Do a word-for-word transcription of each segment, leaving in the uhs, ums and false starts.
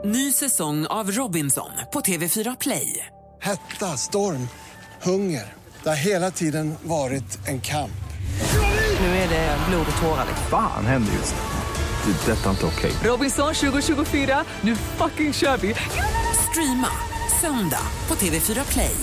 Ny säsong av Robinson på T V fyra Play. Hetta, storm, hunger. Det har hela tiden varit en kamp. Nu är det blod och tårar. Fan händer just det. Det är detta inte okej. Robinson tjugo tjugofyra, nu fucking kör vi. Streama söndag på T V fyra Play.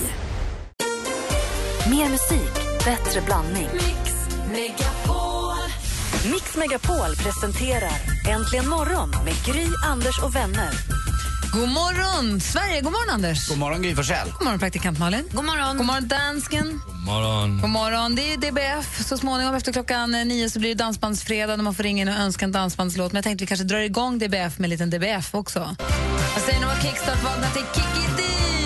Mer musik, bättre blandning. Mix Megapol. Mix Megapol presenterar Äntligen morgon med Gry, Anders och vänner. God morgon, Sverige. God morgon, Anders. God morgon, Gry Forssell. God morgon, praktikant Malin. God morgon. God morgon, dansken. God morgon. God morgon. Det är D B F. Så småningom efter klockan nio så blir det dansbandsfredag när man får ringa in och önska en dansbandslåt. Men jag tänkte vi kanske drar igång D B F med en liten D B F också. Jag säger nog kickstart vakna till Kiki D.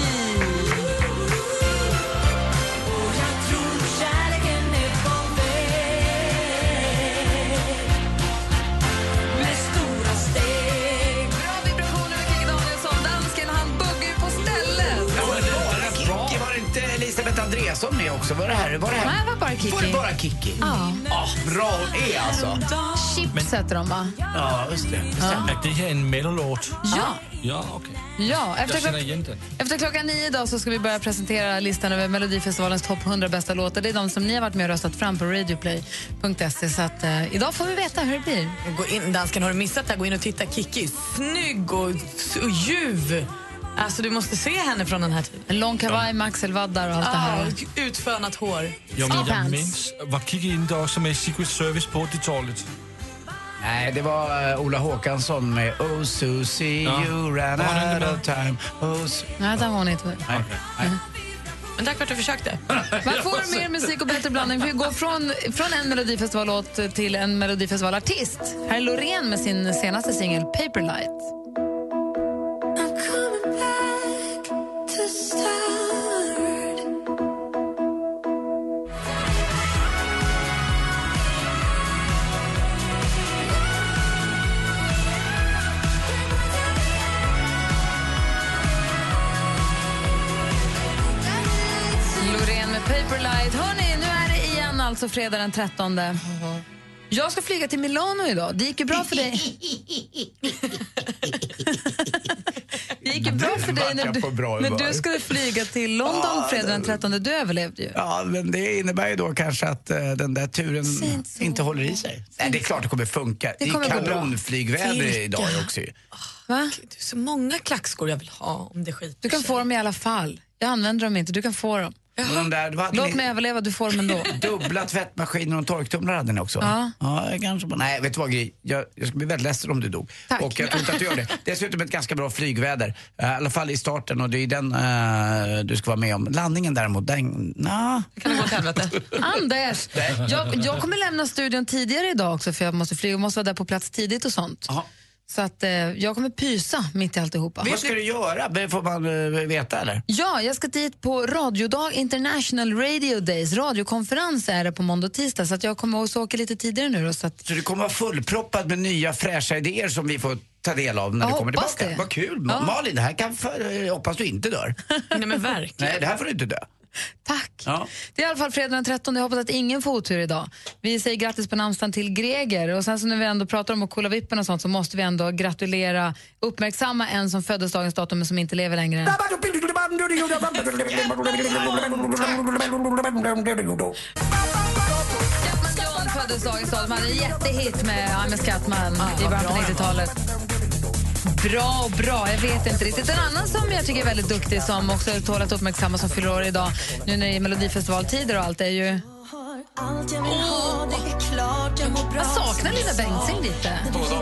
Andreasson med också. Var det här? Var det här? Nej, det var bara Kiki. Var det bara Kiki? Ja. Ah, bra hon är alltså. Chips heter de, va? Ja, just det. Just det. Är det här en mellolåt? Ja. Ja, okej. Ja, efter, Jag känner klock- igen den. efter klockan nio idag så ska vi börja presentera listan över Melodifestivalens topp hundra bästa låtar. Det är de som ni har varit med och röstat fram på radioplay punkt se. Så att, eh, idag får vi veta hur det blir. Gå in, dansken, har du missat det? Gå in och titta. Kiki, snygg och, och ljuv. Alltså, du måste se henne från den här tiden. En lång kavaj med axelvaddar och allt det här. Ah, utfönat hår. Ja, men jag Pants. minns, var Kiki inte också med Secret Service på åttiotalet? Nej, det var uh, Ola Håkansson med Oh Susie, Ja. you ran Var han inte out of time. Oh, Su- Nej, det var hon inte. Nej, nej. Men tack för att du försökte. Man får mer musik och bättre blandning. Vi går från, från en Melodifestivallåt till en Melodifestivalartist. Här är Loreen med sin senaste singel Paperlight. Loreen med Paperlight. Hörrni, nu är det igen alltså fredag den trettonde. Jag ska flyga till Milano idag. Det gick ju bra för dig. Det gick ju bra för dig när du, bra när du skulle flyga till London Ja, fredag den trettonde. Du överlevde ju. Ja, men det innebär ju då kanske att uh, den där turen inte håller i sig. Nej, det är klart det kommer funka. Det Det, kommer är gå bra. kanonflygväder Vilka? idag också ju. Va? Det är så många klackskor jag vill ha om det skiter Du kan sig. få dem i alla fall. Jag använder dem inte, du kan få dem. Men de där, vad hade Låt ni- mig överleva, du får dem ändå. Dubbla tvättmaskiner och torktumlare hade ni också. Ja. Ja, jag kanske på. Nej, vet du vad Gry? Jag, jag skulle bli väldigt ledsen om du dog. Tack. Och jag tror inte att du gör det. Dessutom ett ganska bra flygväder. Uh, I alla fall i starten och det är den uh, du ska vara med om. Landningen däremot, den, na. Kan det gå åt helvete? Anders, jag, jag kommer lämna studion tidigare idag också för jag måste flyga och måste vara där på plats tidigt och sånt. Aha. Så att eh, jag kommer pysa mitt i alltihopa. Vad ska du göra? Det får man uh, veta eller? Ja, jag ska dit på radiodag, International Radio Days. Radiokonferens är det på måndag och tisdag. Så att jag kommer att åka lite tidigare nu. Då, så att... Så du kommer vara fullproppad med nya fräscha idéer som vi får ta del av när Jag du kommer hoppas tillbaka. det. Vad kul. Ja. Malin, det här kan för, jag hoppas du inte dör. Nej, men verkligen. Nej, det här får du inte dö. Tack. Ja. Det är i alla fall fredag den trettonde. Jag hoppas att ingen får otur idag. Vi säger grattis på namnsdagen till Greger. Och sen så när vi ändå pratar om att kolla vippen och sånt så måste vi ändå gratulera, uppmärksamma en som föddes dagens datum men som inte lever längre. John föddes dagens datum. Han hade en jättehit med I'm a Scatman i början på nittiotalet. Bra, bra. Jag vet inte riktigt. En annan som jag tycker är väldigt duktig som också tål att uppmärksamma som fyller år idag nu när det är Melodifestivaltider och allt är ju... Allt jag vill ha, det är klart jag mår bra. Jag saknar Lina Bengtzing lite.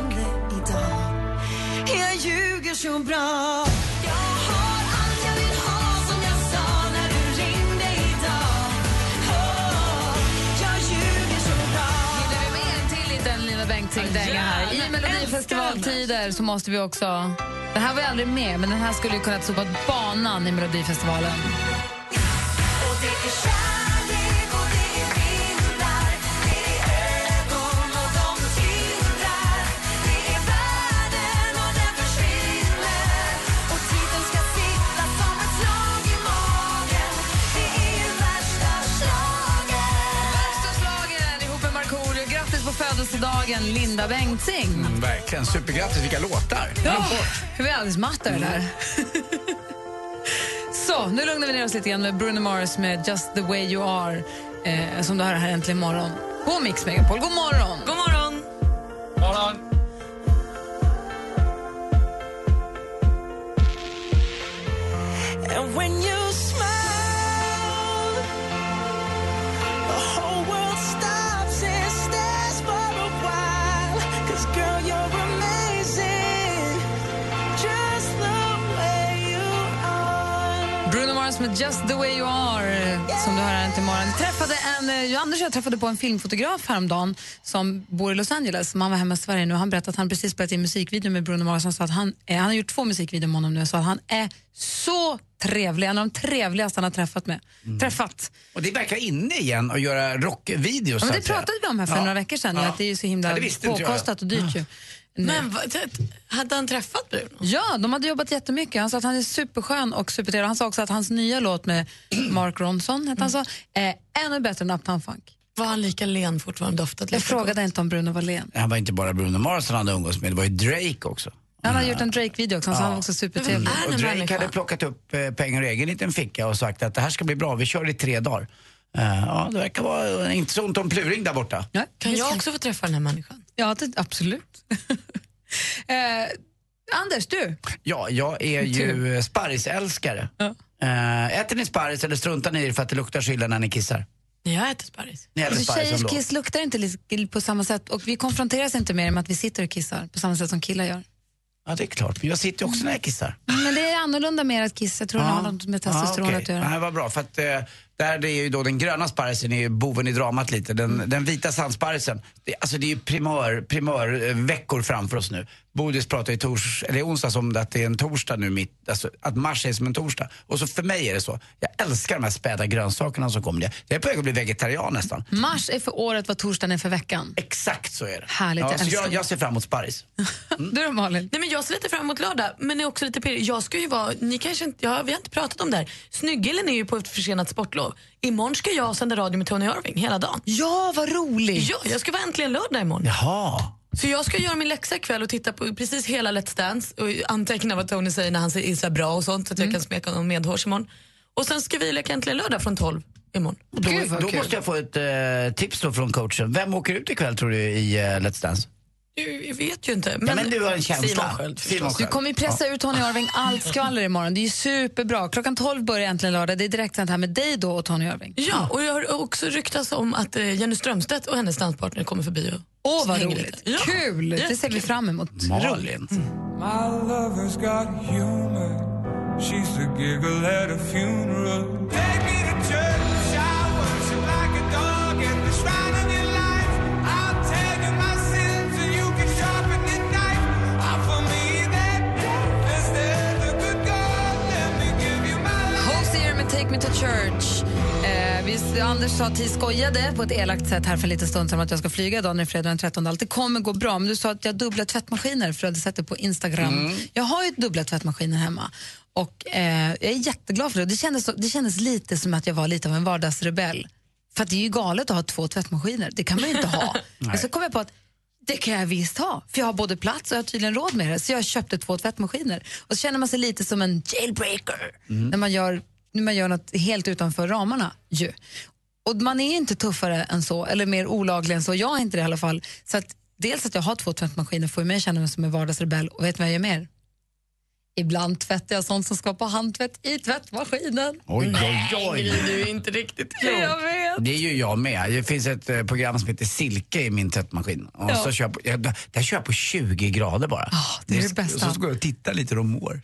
Jag ljuger så bra. Jag har allt jag vill ha som jag sa när du ringde idag. Oh, jag ljuger så bra. Hinner vi med en till liten Lina Bengtzing-dänga här? I Melodifestivaltider så måste vi också... Den här var jag aldrig med, men den här skulle ju kunna sopa banan i Melodifestivalen. Och det är kärlek och det är vindar. Det är ögon och de tindrar. Det är världen och den försvinner. Och tiden ska sitta som ett slag i magen. Det är ju värsta slagen. Värsta slagen ihop med Markoolio. Grattis på födelsedagen. födelsedagen, Linda Bengtzing. Mm, verkligen, supergrattis, vilka låtar. Ja, hur är vi alldeles mattade där. Så, nu lugnar vi ner oss lite grann med Bruno Mars med Just the way you are, eh, som du hör här äntligen morgon på Mix Megapol. God morgon! God morgon! Morgon. And when you smile, the whole world stops and stares for a while. 'Cause girl, you're amazing, just the way you are. Bruno Mars med Just the way you are, som du hör här till morgon. Jag träffade en, eh, Anders och jag träffade på en filmfotograf häromdagen som bor i Los Angeles, som han var hemma i Sverige nu. Han berättade att han precis spelat in musikvideo med Bruno Mars. Han sa att han, eh, han har gjort två musikvideor med honom nu, så att han är så trevlig, en av de trevligaste han har träffat med. Mm. Träffat. Och det verkar inne igen att göra rockvideos. Ja, men det pratade vi om här för ja. några veckor sedan, ja. Att det är ju så himla ja, påkostat och dyrt ja. ju. Men vad, hade han träffat Bruno? Ja, de hade jobbat jättemycket. Han sa att han är superskön och supertrevlig. Han sa också att hans nya låt med Mark Ronson, mm. han sa, är ännu bättre än Uptown Funk. Var han lika len fortfarande, doftat lika Jag frågade gott? inte om Bruno var len. Han var inte bara Bruno Mars han hade umgås med, det var ju Drake också. Han har gjort en Drake-video också, så han var också supertrevlig. Mm. Och Drake människa? hade plockat upp eh, pengar ur egen liten ficka och sagt att det här ska bli bra, vi kör i tre dagar. Uh, ja, det verkar vara inte så ont om pluring där borta. Ja, kan jag också få träffa den här människan? Ja, det, absolut. eh, Anders, du? Ja, jag är ju sparrisälskare. Ja. Uh, äter ni sparris eller struntar ni i det för att det luktar så illa när ni kissar? Jag äter sparris. Alltså, tjejers kiss luktar inte på samma sätt och vi konfronteras inte med att vi sitter och kissar på samma sätt som killar gör. Ja, det är klart. Men jag sitter ju också när jag kissar. Men det är annorlunda mer att kissa. Jag tror ja. det har något med testosteron ja, okay. att göra. Det var bra, för att eh, där det är ju då den gröna sparrisen är ju boven i dramat lite. Den, mm. den vita sandsparrisen, det, alltså det är ju primör, primör eh, veckor framför oss nu. Bodis pratade i tors, eller i onsdags om det att det är en torsdag nu, mitt, alltså att mars är som en torsdag. Och så för mig är det så. Jag älskar de här späda grönsakerna som kommer. Jag är på väg att bli vegetarian nästan. Mars är för året vad torsdagen är för veckan. Exakt så är det. Härligt, ja, jag så älskar jag, jag ser fram emot sparris. Mm. Du då, Malin? Nej, men jag ser lite fram emot lördag, men är också lite pirrig. Jag ska ju vara, ni kanske inte, ja, vi har inte pratat om det här. Snyggillen är ju på ett försenat sportlov. Imorgon ska jag sända radio med Tony Irving hela dagen. Ja, vad roligt. Ja, jag ska vara äntligen lördag imorgon. Jaha. Så jag ska göra min läxa ikväll och titta på precis hela Let's Dance och anteckna vad Tony säger när han är så bra och sånt, så att jag mm. kan smeka honom medhårs imorgon. Och sen ska vi leka äntligen lördag från tolv imorgon. Då, då måste jag få ett uh, tips då från coachen. Vem åker ut ikväll tror du i uh, Let's Dance? Jag vet ju inte. Men, ja, men du har en känsla. Simon Sköld, Simon du kommer ju pressa ja. ut Tony Irving allt skvaller imorgon. Det är ju superbra. Klockan tolv börjar äntligen lördag. Det är direkt sänt här med dig då och Tony Irving. Ja, och jag har också ryktats om att uh, Jenny Strömstedt och hennes danspartner kommer förbi. Åh, oh, vad roligt. Ja. Kul! Det ser vi fram emot. Malin. Mm. My lover's got humor. She's the giggle at a funeral. Take me to church, I worship like a dog at the shrine of your life. I'll tell you my sins and you can sharpen your knife. Offer me that death instead of good God. Let me give you my life. Hosier med Take Me to Church. Eh, vi, Anders sa att jag skojade på ett elakt sätt här för en liten stund sedan att jag ska flyga idag när det är fredag den trettonde. Allt det kommer gå bra, men du sa att jag har dubbla tvättmaskiner för att du hade sett det på Instagram. Mm. Jag har ju dubbla tvättmaskiner hemma och eh, jag är jätteglad för det. Det kändes, det kändes lite som att jag var lite av en vardagsrebell. För att det är ju galet att ha två tvättmaskiner. Det kan man ju inte ha. Men så kom jag på att det kan jag visst ha. För jag har både plats och jag har tydligen råd med det. Så jag köpte två tvättmaskiner. Och så känner man sig lite som en jailbreaker mm. när man gör när man gör något helt utanför ramarna ju. Och man är inte tuffare än så, eller mer olaglig än så. Jag är inte det i alla fall. Så att dels att jag har två tvättmaskiner får mig känna mig som en vardagsrebell. Och vet du vad jag gör mer? Ibland tvättar jag sånt som ska på handtvätt i tvättmaskinen. Oj, oj, oj. Nej, du är inte riktigt klok. Jag vet. Det är ju jag med. Det finns ett eh, program som heter Silke i min tvättmaskin. Och ja. så kör jag på, jag, där kör jag på tjugo grader bara. Oh, det är det, det bästa. Och så går jag och tittar lite och mår.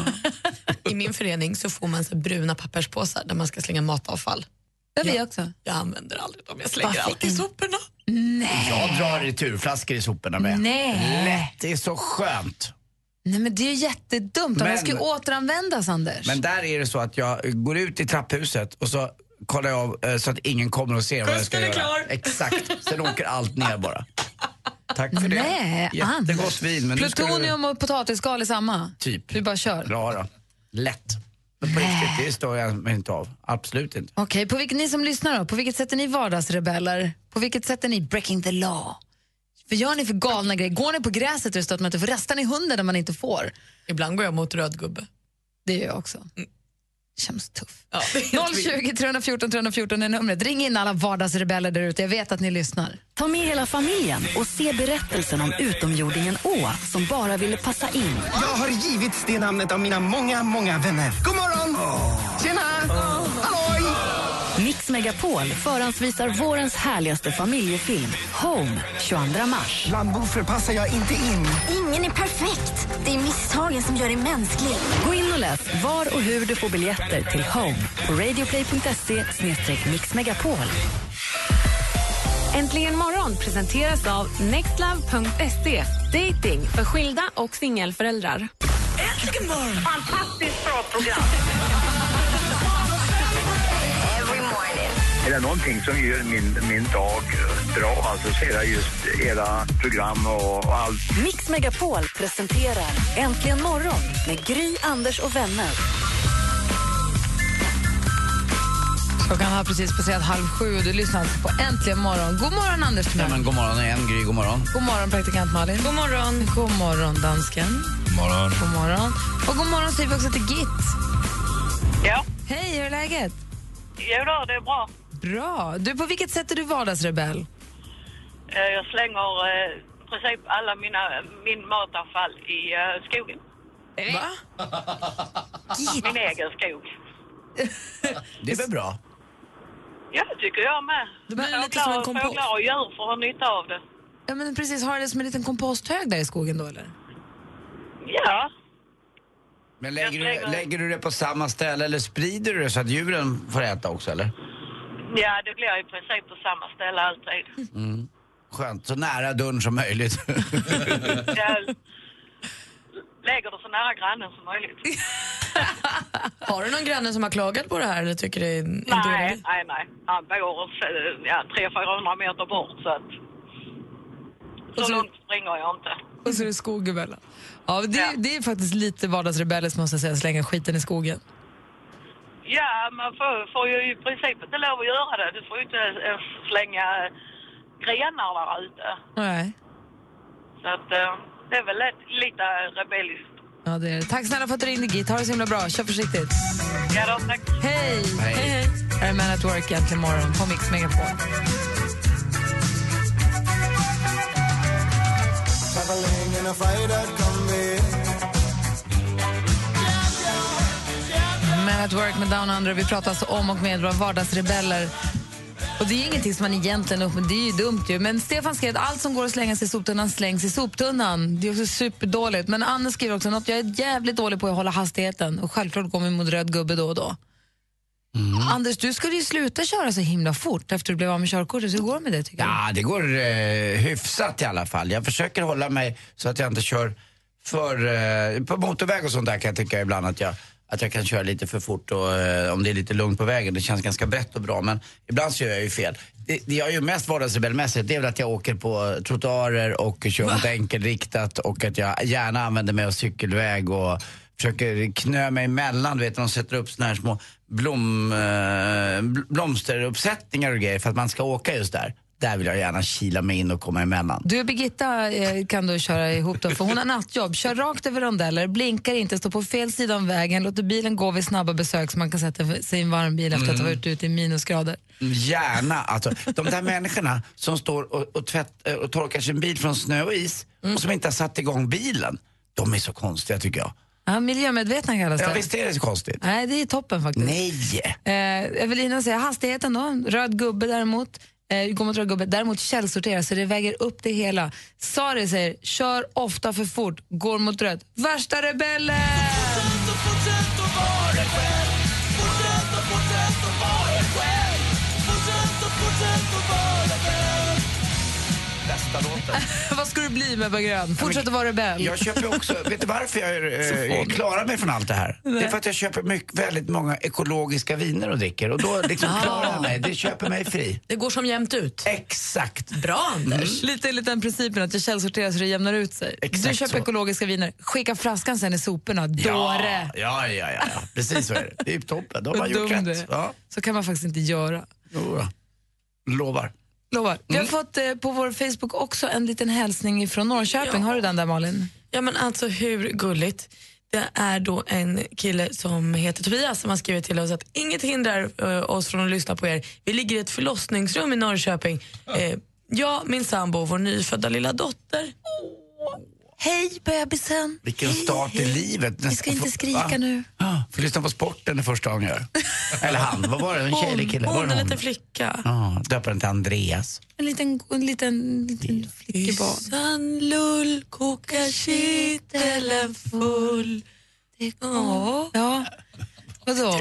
I min förening så får man så bruna papperspåsar där man ska slänga matavfall. Det är vi jag, också. Jag använder aldrig dem. Jag slänger Varför? allt i soporna. Nej. Jag drar returflaskor i soporna med. Nej. Lätt, det är så skönt. Nej, men det är ju jättedumt. Men, man ska ju återanvändas, Anders. Men där är det så att jag går ut i trapphuset och så kollar jag av så att ingen kommer och ser vad jag ska göra. Klar. Exakt, sen åker allt ner bara. Tack för Nej, det. Jättegott vin. Men plutonium du... och potatisskal är samma? Typ. Du bara kör? Bra då. Lätt. Men på riktigt, det står jag inte av. Absolut inte. Okej, okay, på vilket, ni som lyssnar då, på vilket sätt är ni vardagsrebeller? På vilket sätt är ni breaking the law? För gör ni för galna grejer? Går ni på gräset och så att man inte får rasta ni hunden när man inte får? Ibland går jag mot röd gubbe. Det gör jag också. Mm. Känns tuff. Ja, noll tjugo, tre fjorton, tre fjorton är numret. Ring in alla vardagsrebeller där ute. Jag vet att ni lyssnar. Ta med hela familjen och se berättelsen om utomjordingen Å som bara ville passa in. Jag har givits det namnet av mina många, många vänner. God morgon! Oh. Tjena! Oh. Halloj! Mix Megapol förhandsvisar vårens härligaste familjefilm Home tjugoandra mars. Bland boffer passar jag inte in. Ingen är perfekt. Det är misstagen som gör dig mänsklig. Gå in och läs var och hur du får biljetter till Home på radioplay punkt se slash mixmegapol. Äntligen morgon presenteras av nextlove punkt se. Dating för skilda och singelföräldrar. Äntligen morgon! Fantastiskt bra program! Är det någonting som gör min, min dag bra, alltså så är det just era program och, och allt. Mix Megapol presenterar Äntligen morgon med Gry, Anders och vänner. Klockan har precis passerat halv sju och du lyssnar alltså på Äntligen morgon. God morgon, Anders. Ja, men god morgon igen, Gry. God morgon. God morgon, praktikant Malin. God morgon. God morgon, dansken. God morgon. God morgon. Och god morgon säger vi också till Git. Ja. Hej, hur är läget? Jo då, det är bra. Bra. Du, på vilket sätt är du vardagsrebell? Eh, Jag slänger eh, i princip alla mina, min matavfall i eh, skogen. Va? Min egen skog. Det är väl bra? Ja, det tycker jag med. Det blir lite som en kompost. Fåglar och djur får ha nytta av det. Ja, men precis. Har du det som en liten komposthög där i skogen då, eller? Ja. Men lägger du, lägger du det på samma ställe eller sprider du det så att djuren får äta också, eller? Ja, det blir i princip på samma ställe alltid. Mm. Skönt, så nära dörren som möjligt. Jag lägger det så nära grannen som möjligt. Har du någon granne som har klagat på det här eller tycker det är en Nej, dålig? nej, nej. Han bor ja, tre till fyrahundra meter bort så att... Så, så långt springer jag inte. Och så är det skogen mellan. Ja, det, ja. Det är faktiskt lite vardagsrebelliskt måste jag säga, slänga skiten i skogen. Ja, man får, får ju i princip inte lov att göra det. Du får ju inte ens slänga grenar där ute. Nej. Så att det är väl lite rebelliskt. Ja, det är det. Tack snälla för att du ringde, Git. Ha det så himla bra. Kör försiktigt. Ja då, tack. Hej! Hej, hej. Här är Man at Work egentligen morgon på Mix Megapol. Man at Work med Down Under. Vi pratar alltså om och med våra vardagsrebeller. Och det är ingenting som man egentligen upp, men det är ju dumt ju. Men Stefan skrev att allt som går att slänga sig i soptunnan slängs i soptunnan. Det är också superdåligt. Men Anna skriver också något jag är jävligt dålig på att hålla hastigheten. Och självklart går man mot röd gubbe då och då. Mm. Anders, du skulle ju sluta köra så himla fort efter att du blev av med körkortet. Så hur går det med det tycker Ja, det går eh, hyfsat i alla fall. Jag försöker hålla mig så att jag inte kör för... Eh, på motorväg och sånt där kan jag tycka ibland att jag... Att jag kan köra lite för fort och eh, om det är lite lugnt på vägen. Det känns ganska brett och bra, men ibland så gör jag ju fel. Det, det jag gör mest vardagsrebellmässigt, det är väl att jag åker på trottoarer och kör mot enkelriktat och att jag gärna använder mig av cykelväg och försöker knö mig emellan. Du vet, de sätter upp såna här små blom, eh, blomsteruppsättningar och grejer för att man ska åka just där. Där vill jag gärna kila mig in och komma emellan. Du och Birgitta eh, kan du köra ihop då, för hon har nattjobb. Kör rakt över rondeller, blinkar inte, står på fel sida om vägen, låter bilen gå vid snabba besök så man kan sätta sig i en varm bil efter att ha varit ute i minusgrader. Gärna, alltså de där människorna som står och, och, tvätt, och torkar sin bil från snö och is mm. och som inte har satt igång bilen, de är så konstiga tycker jag. Ja, miljömedvetna kallas det. Ja, visst är det så konstigt. Nej, det är toppen faktiskt. Nej. Eh, Evelina säger hastigheten då, röd gubbe däremot. Eh, går mot röd gubbe, däremot källsortera så det väger upp det hela. Sari säger, kör ofta för fort, går mot röd. Värsta rebellen! Bästa låten. Vad ska du bli med Grön? Fortsätt att vara rebell. Jag köper också, vet du varför jag eh, klarar mig från allt det här? Nej. Det är för att jag köper mycket, väldigt många ekologiska viner och dricker. Och då liksom klarar jag mig, det köper mig fri. Det går som jämnt ut. Exakt. Bra Anders. Mm. Lite enligt den principen att jag källsorterar så det jämnar ut sig. Exakt du köper så. Ekologiska viner, skicka flaskan sen i soporna. Ja, dåre. ja, ja, ja, ja. Precis så är det. Det är toppen, de har gjort rätt. Ja. Så kan man faktiskt inte göra. Jo, lovar. Lovar. Vi har fått eh, på vår Facebook också en liten hälsning från Norrköping. Ja. Har du den där, Malin? Ja, men alltså hur gulligt. Det är då en kille som heter Tobias som har skrivit till oss att inget hindrar uh, oss från att lyssna på er. Vi ligger i ett förlossningsrum i Norrköping. Uh, jag, min sambo och vår nyfödda lilla dotter. Oh. Hej bebisen. Vilken hej, start hej. i livet. Vi ska inte skrika Va? nu. Ah, får lyssna på sporten det första han gör. Eller han, vad var det? En tjej eller kille? Hon, var det en liten flicka. Ja, döper den till Andreas. En liten, en liten, liten flickebarn. Yssan lull, kokar kittelen full. Ja. Ja. Vadå?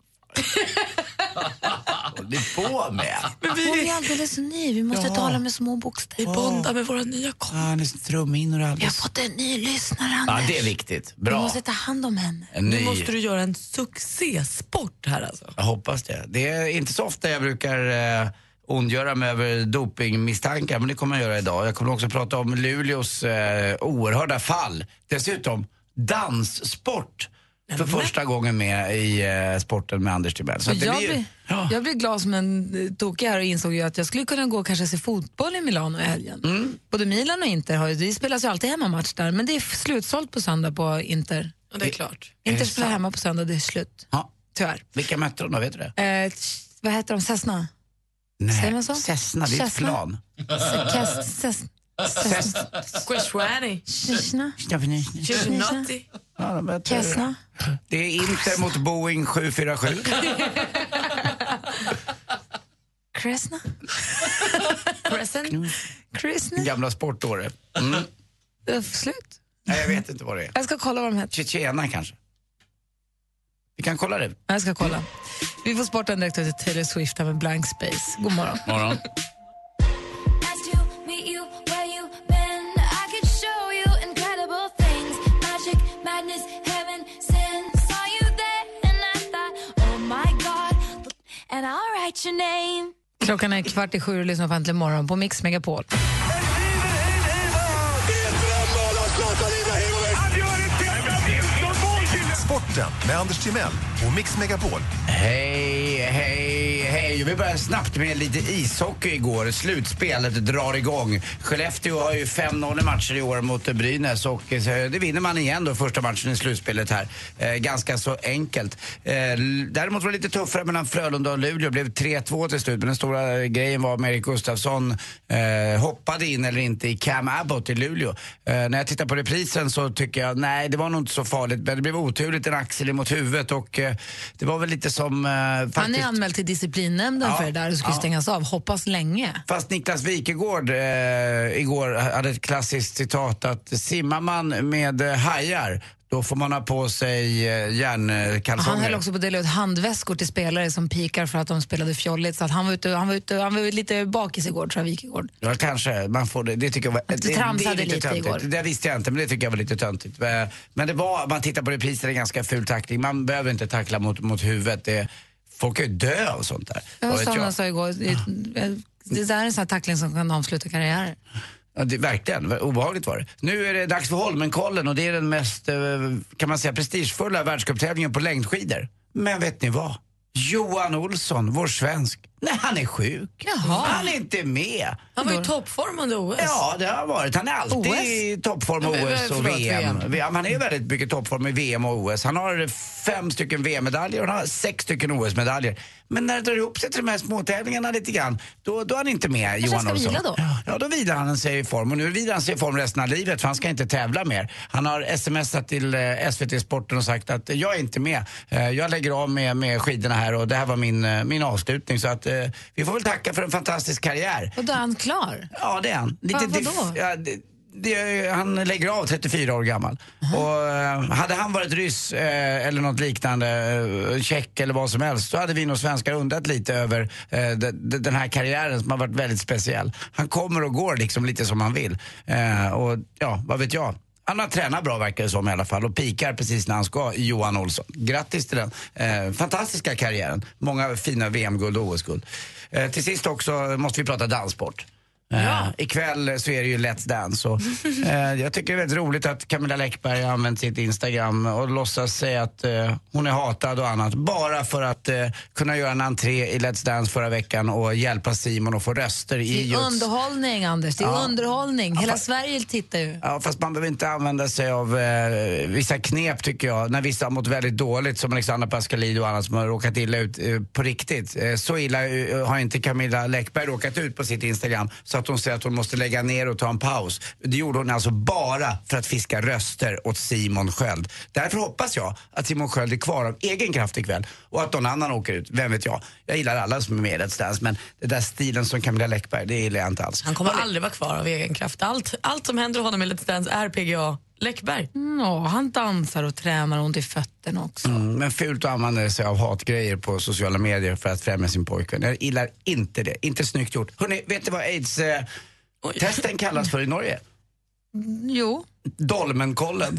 Det är på med. Men vi, Hon är alldeles ny. Vi måste Ja. tala med små bokstäver. vi bondar med våra nya kom. Ah, det är trumhinnor och Vi har alldeles. fått en ny lyssnare, Ja, Anders. det är viktigt. Vi Bra. måste ta hand om henne. En Nu ny. måste du göra en succésport här alltså. Jag hoppas det. Det är inte så ofta jag brukar eh, ondgöra mig över dopingmisstankar, men det kommer jag göra idag. Jag kommer också prata om Luleås eh, oerhörda fall. Dessutom danssport. För första gången med i eh, sporten med Anders Timell. Så att det jag, blir ju- blir, ja. jag blir glad som en eh, tokig här och insåg ju att jag skulle kunna gå och kanske se fotboll i Milano i helgen. Mm. Både Milan och Inter har ju, det spelas ju alltid hemmamatch där, men det är slutsålt på söndag på Inter. Ja, det är klart. Är Inter det spelar sant? hemma på söndag, det är slut. Ja. Tyvärr. Vilka mötte de då, vet du det? Eh, vad heter de? Cessna? Säger man så? Cessna, det är ett Cessna. plan. Kes- Cess- Cessna? Squishwani. Cessna? Chishnati. Ja, de möter- Cessna? Det är Inter mot Boeing sju fyra sju. Cresna? Crescent. Cresna? Gamla sportåret. Mm. Det är slut. Nej, jag vet inte vad det är. Jag ska kolla vad de heter. Tjetjena kanske. Vi kan kolla det. Jag ska kolla. Vi får sporten direkt ut till Taylor Swift här med Blank Space. God morgon. Morgon. Nice to meet you where you been. I could show you incredible things. Magic, madness, heaven, sin. Saw you there and I thought, oh my god. And I'll write your name. Klockan är kvart i sju och lyssnar på Äntligen morgon på Mix Megapol. Sporten med Anders Timell och Mix Megapol. Hej, hej, hej. Vi började snabbt med lite ishockey igår. Slutspelet drar igång. Skellefteå har ju fem noll i matcher i år mot Brynäs och det vinner man igen då första matchen i slutspelet här. Eh, ganska så enkelt. Eh, däremot var det lite tuffare mellan Frölunda och Luleå. Det blev tre två till slut. Men den stora grejen var om Erik Gustafsson eh, hoppade in eller inte i Cam Abbott i Luleå. Eh, när jag tittar på reprisen så tycker jag, nej det var nog inte så farligt. Men det blev oturligt en axel emot huvudet och eh, det var väl lite som eh, faktiskt... Han är anmäld till disciplinnämnden Ja, för det där och skulle ja. stängas av. Hoppas länge. Fast Niklas Wikegård eh, igår hade ett klassiskt citat att simmar man med eh, hajar då får man ha på sig eh, järnkalsonger. Han höll också på att dela ut handväskor till spelare som pikar för att de spelade fjolligt. Så att han var ute, han var ute, han var lite bakis igår, tror jag, Wikegård. Ja, kanske. Man får det. Det tycker jag var... Du tramsade det är lite töntigt. igår. Det visste jag inte, men det tycker jag var lite töntigt. Eh, Men det var, man tittar på reprisen, det är ganska ful tackling. Man behöver inte tackla mot, mot huvudet. Det, folk är ju dö och sånt där. Jag Vad vet sa jag? han sa igår, det, det där är en sån här tackling som kan avsluta karriärer. Ja, det, verkligen, obehagligt var det. Nu är det dags för Holmenkollen och det är den mest, eh, kan man säga, prestigefulla världscuptävlingen på längdskidor. Men vet ni vad? Johan Olsson, vår svensk, nej han är sjuk. Jaha. Han är inte med. Han var ju toppform under O S. Ja, det har varit. Han är alltid O S? i toppform i Ja, men, O S och förlåt, V M. V M. Ja, han är väldigt mycket toppform i V M och O S. Han har fem stycken V M-medaljer och han har sex stycken O S-medaljer. Men när det drar ihop sig till de här småtävlingarna lite grann, då, då är han inte med, Kanske Johan ska Olsson. vila då? Ja, då vilar han sig i form. Och nu vilar han sig i form resten av livet för han ska inte tävla mer. Han har smsat till eh, S V T-sporten och sagt att eh, jag är inte med. Eh, jag lägger av med, med skidorna här och det här var min, eh, min avslutning. Så att eh, vi får väl tacka för en fantastisk karriär. Och då är han klar? Ja, det är han. Lite Va, vadå? diff- ja, det, det, han lägger av trettiofyra år gammal. Och eh, hade han varit ryss eh, eller något liknande, eh, tjeck eller vad som helst, så hade vi nog svenskar undrat lite över eh, de, de, den här karriären som har varit väldigt speciell. Han kommer och går liksom lite som han vill. Eh, och ja, vad vet jag. Han har tränat bra verkar det som i alla fall och pikar precis när han ska, Johan Olsson. Grattis till den eh, fantastiska karriären. Många fina V M-guld och O S-guld. Eh, till sist också måste vi prata danssport. Ja. Uh, ikväll så är det ju Let's Dance. Och, uh, jag tycker det är väldigt roligt att Camilla Läckberg har använt sitt Instagram och låtsas säga att uh, hon är hatad och annat. Bara för att uh, kunna göra en entré i Let's Dance förra veckan och hjälpa Simon att få röster i Det är just... underhållning, Anders. Det är Ja. underhållning. Hela Ja, fa- Sverige tittar ju. Ja, fast man behöver inte använda sig av uh, vissa knep tycker jag. När vissa har mått väldigt dåligt, som Alexandra Pascalidou och annat som har råkat illa ut uh, på riktigt. Uh, så illa uh, har inte Camilla Läckberg råkat ut på sitt Instagram så att hon säger att hon måste lägga ner och ta en paus. Det gjorde hon alltså bara för att fiska röster åt Simon Sköld. Därför hoppas jag att Simon Sköld är kvar av egen kraft ikväll och att någon annan åker ut. Vem vet jag? Jag gillar alla som är med i Let's Dance, men det där stilen som Camilla Läckberg, det gillar jag inte alls. Han kommer aldrig vara kvar av egen kraft. Allt, allt som händer honom i Let's Dance är P G A Läckberg. Mm, åh, han dansar och tränar ont i fötterna också. Mm, men fult att använda sig av hatgrejer på sociala medier för att främja sin pojkvän. Jag gillar inte det. Inte snyggt gjort. Hörrni, vet du vad aids-testen eh, kallas för i Norge? Mm, jo. Dolmenkollen.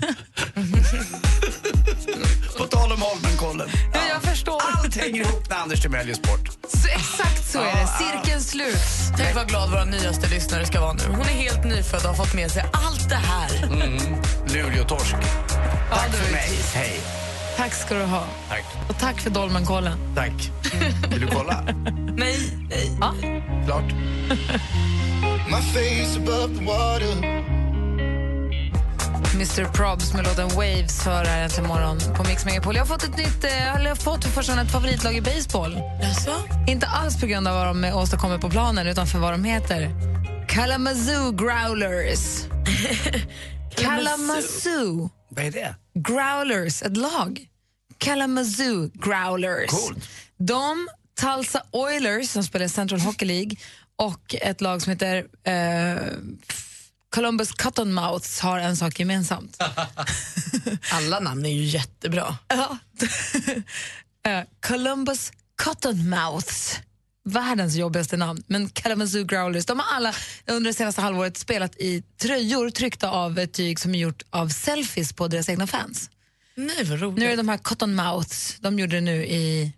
På tal om Holmenkollen. Ja, jag förstår. Allt hänger ihop när Anders Timell gör sport. Så, exakt så är det. Cirkeln slut. Tänk vad glad våra nyaste lyssnare ska vara nu. Hon är helt nyfödd och har fått med sig allt det här. Mm. Luleå-torsk. Ja, Tack du för är mig. trist. Hej. Tack ska du ha. Tack. Och tack för Dolmenkollen. Tack. Vill du kolla? Nej, nej. Ja. Klart. My face above the water. mister Probs med låten Waves för här äntligen morgon på Mix Megapol. Jag har fått ett nytt, eller jag har fått för första gången ett favoritlag i baseball. Jaså? Inte alls på grund av vad de åstadkommer på planen utan för vad de heter. Kalamazoo Growlers. Kalamazoo. Vad är det? Growlers, ett lag. Kalamazoo Growlers. Cool. De, Tulsa Oilers som spelar i Central Hockey League och ett lag som heter eh, Columbus Cottonmouths har en sak gemensamt. Alla namn är ju jättebra. Ja. uh, Columbus Cottonmouths. Världens jobbigaste namn. Men Kalamazoo Growlers, de har alla under det senaste halvåret spelat i tröjor tryckta av ett tyg som är gjort av selfies på deras egna fans. Nej, vad roligt. Nu är det de här Cottonmouths. De gjorde det nu i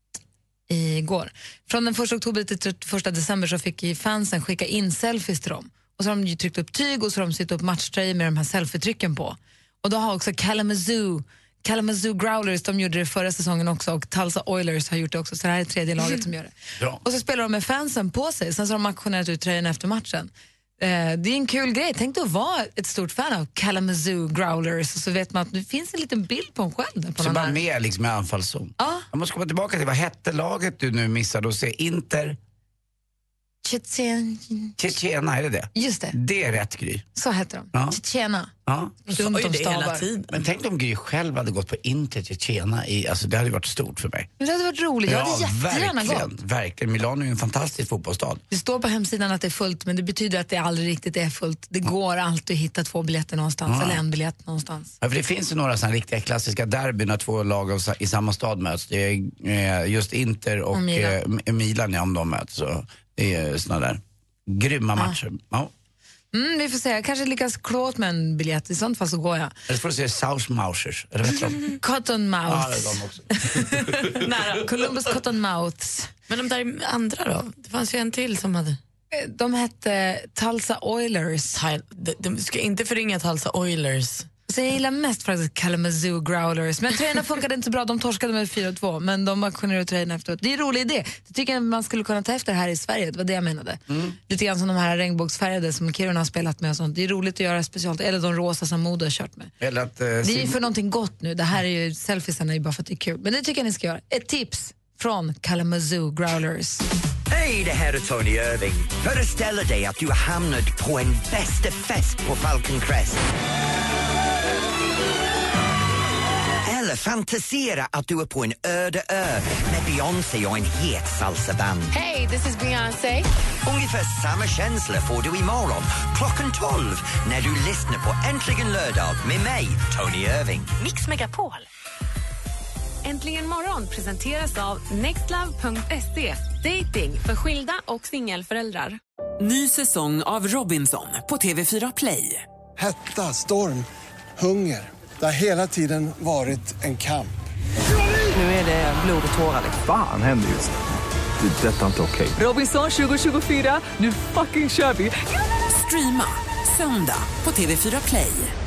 igår. Från den första oktober till trettioförsta december så fick fansen skicka in selfies till dem. Och så har de tryckt upp tyg och så har de sytt upp matchtröjor med de här selfie-trycken på. Och då har också Kalamazoo, Kalamazoo Growlers, de gjorde det förra säsongen också och Tulsa Oilers har gjort det också. Så det här är tredje laget som gör det. Bra. Och så spelar de med fansen på sig. Sen så har de auktionerat ut tröjan efter matchen. Eh, det är en kul grej. Tänk dig att vara ett stort fan av Kalamazoo Growlers och så vet man att det finns en liten bild på en själv där på Så någon bara här. med liksom i anfallszon. Ja. Jag måste komma tillbaka till vad hette laget du nu missade och se. Inter... Tjetjen... Tjetjena, är det det? Just det. Det är rätt, Gry. Så heter de. Ja. Tjetjena. Ja. Dumt Oj, de det hela stavar. tiden. Men tänk om Gry själv hade gått på Inter Tjetjena i, alltså det hade varit stort för mig. Men det hade varit roligt. Jag hade jättegärna verkligen, gått. verkligen. Milano är ju en fantastisk fotbollsstad. Det står på hemsidan att det är fullt, men det betyder att det aldrig riktigt är fullt. Det går alltid att hitta två biljetter någonstans, Ja. eller en biljett någonstans. Ja, för det finns ju några sådana riktiga klassiska derbyn när två lag av, i samma stad möts. Det är eh, just Inter och, Och Milan. eh, Milan, ja, om de möts. Så det är såna där grymma matcher. Ja. Mm, vi får se. Jag kanske lyckas klå åt med en biljett. I sånt fall så går jag. Eller så får du se Southmausers. Eller vet de? Cottonmouths. Ja, det är de också. Nära. Columbus Cottonmouths. Men de där andra då? Det fanns ju en till som hade... De hette Tulsa Oilers. De, de ska inte förringa Tulsa Oilers. Så jag gillar mest faktiskt Kalamazoo Growlers. Men tröjorna funkade inte så bra. De torskade med fyra två. Men de auktionerade ut tröjorna efteråt. Det är en rolig idé. Det tycker jag man skulle kunna ta efter här i Sverige. Det var det jag menade. Mm. Lite grann som de här regnbågsfärgade som Kiruna har spelat med och sånt. Det är roligt att göra speciellt. Eller de rosa som Modo har kört med. Eller att, eh, Det är ju Sim- för någonting gott nu. Det här är ju, selfiesarna är ju bara för att det är kul. Men det tycker jag ni ska göra. Ett tips från Kalamazoo Growlers. Hej, det här är Tony Irving. Föreställ dig att du har hamnat på en bästa fest på Falcon Crest. Eller fantisera att du är på en öde ö med Beyoncé och en het salsaband. Hey, this is Beyoncé. Ungefär samma känsla får du imorgon klockan tolv när du lyssnar på Äntligen lördag med mig, Tony Irving. Mix Megapol. Äntligen morgon presenteras av nextlove punkt se. Dating för skilda och singelföräldrar. Ny säsong av Robinson på T V fyra Play. Hetta, storm, hunger. Det har hela tiden varit en kamp. Nu är det blod och tårar. Fan händer just det. Det är detta inte okej. Robinson tjugo tjugofyra, nu fucking kör vi! Streama söndag på T V fyra Play.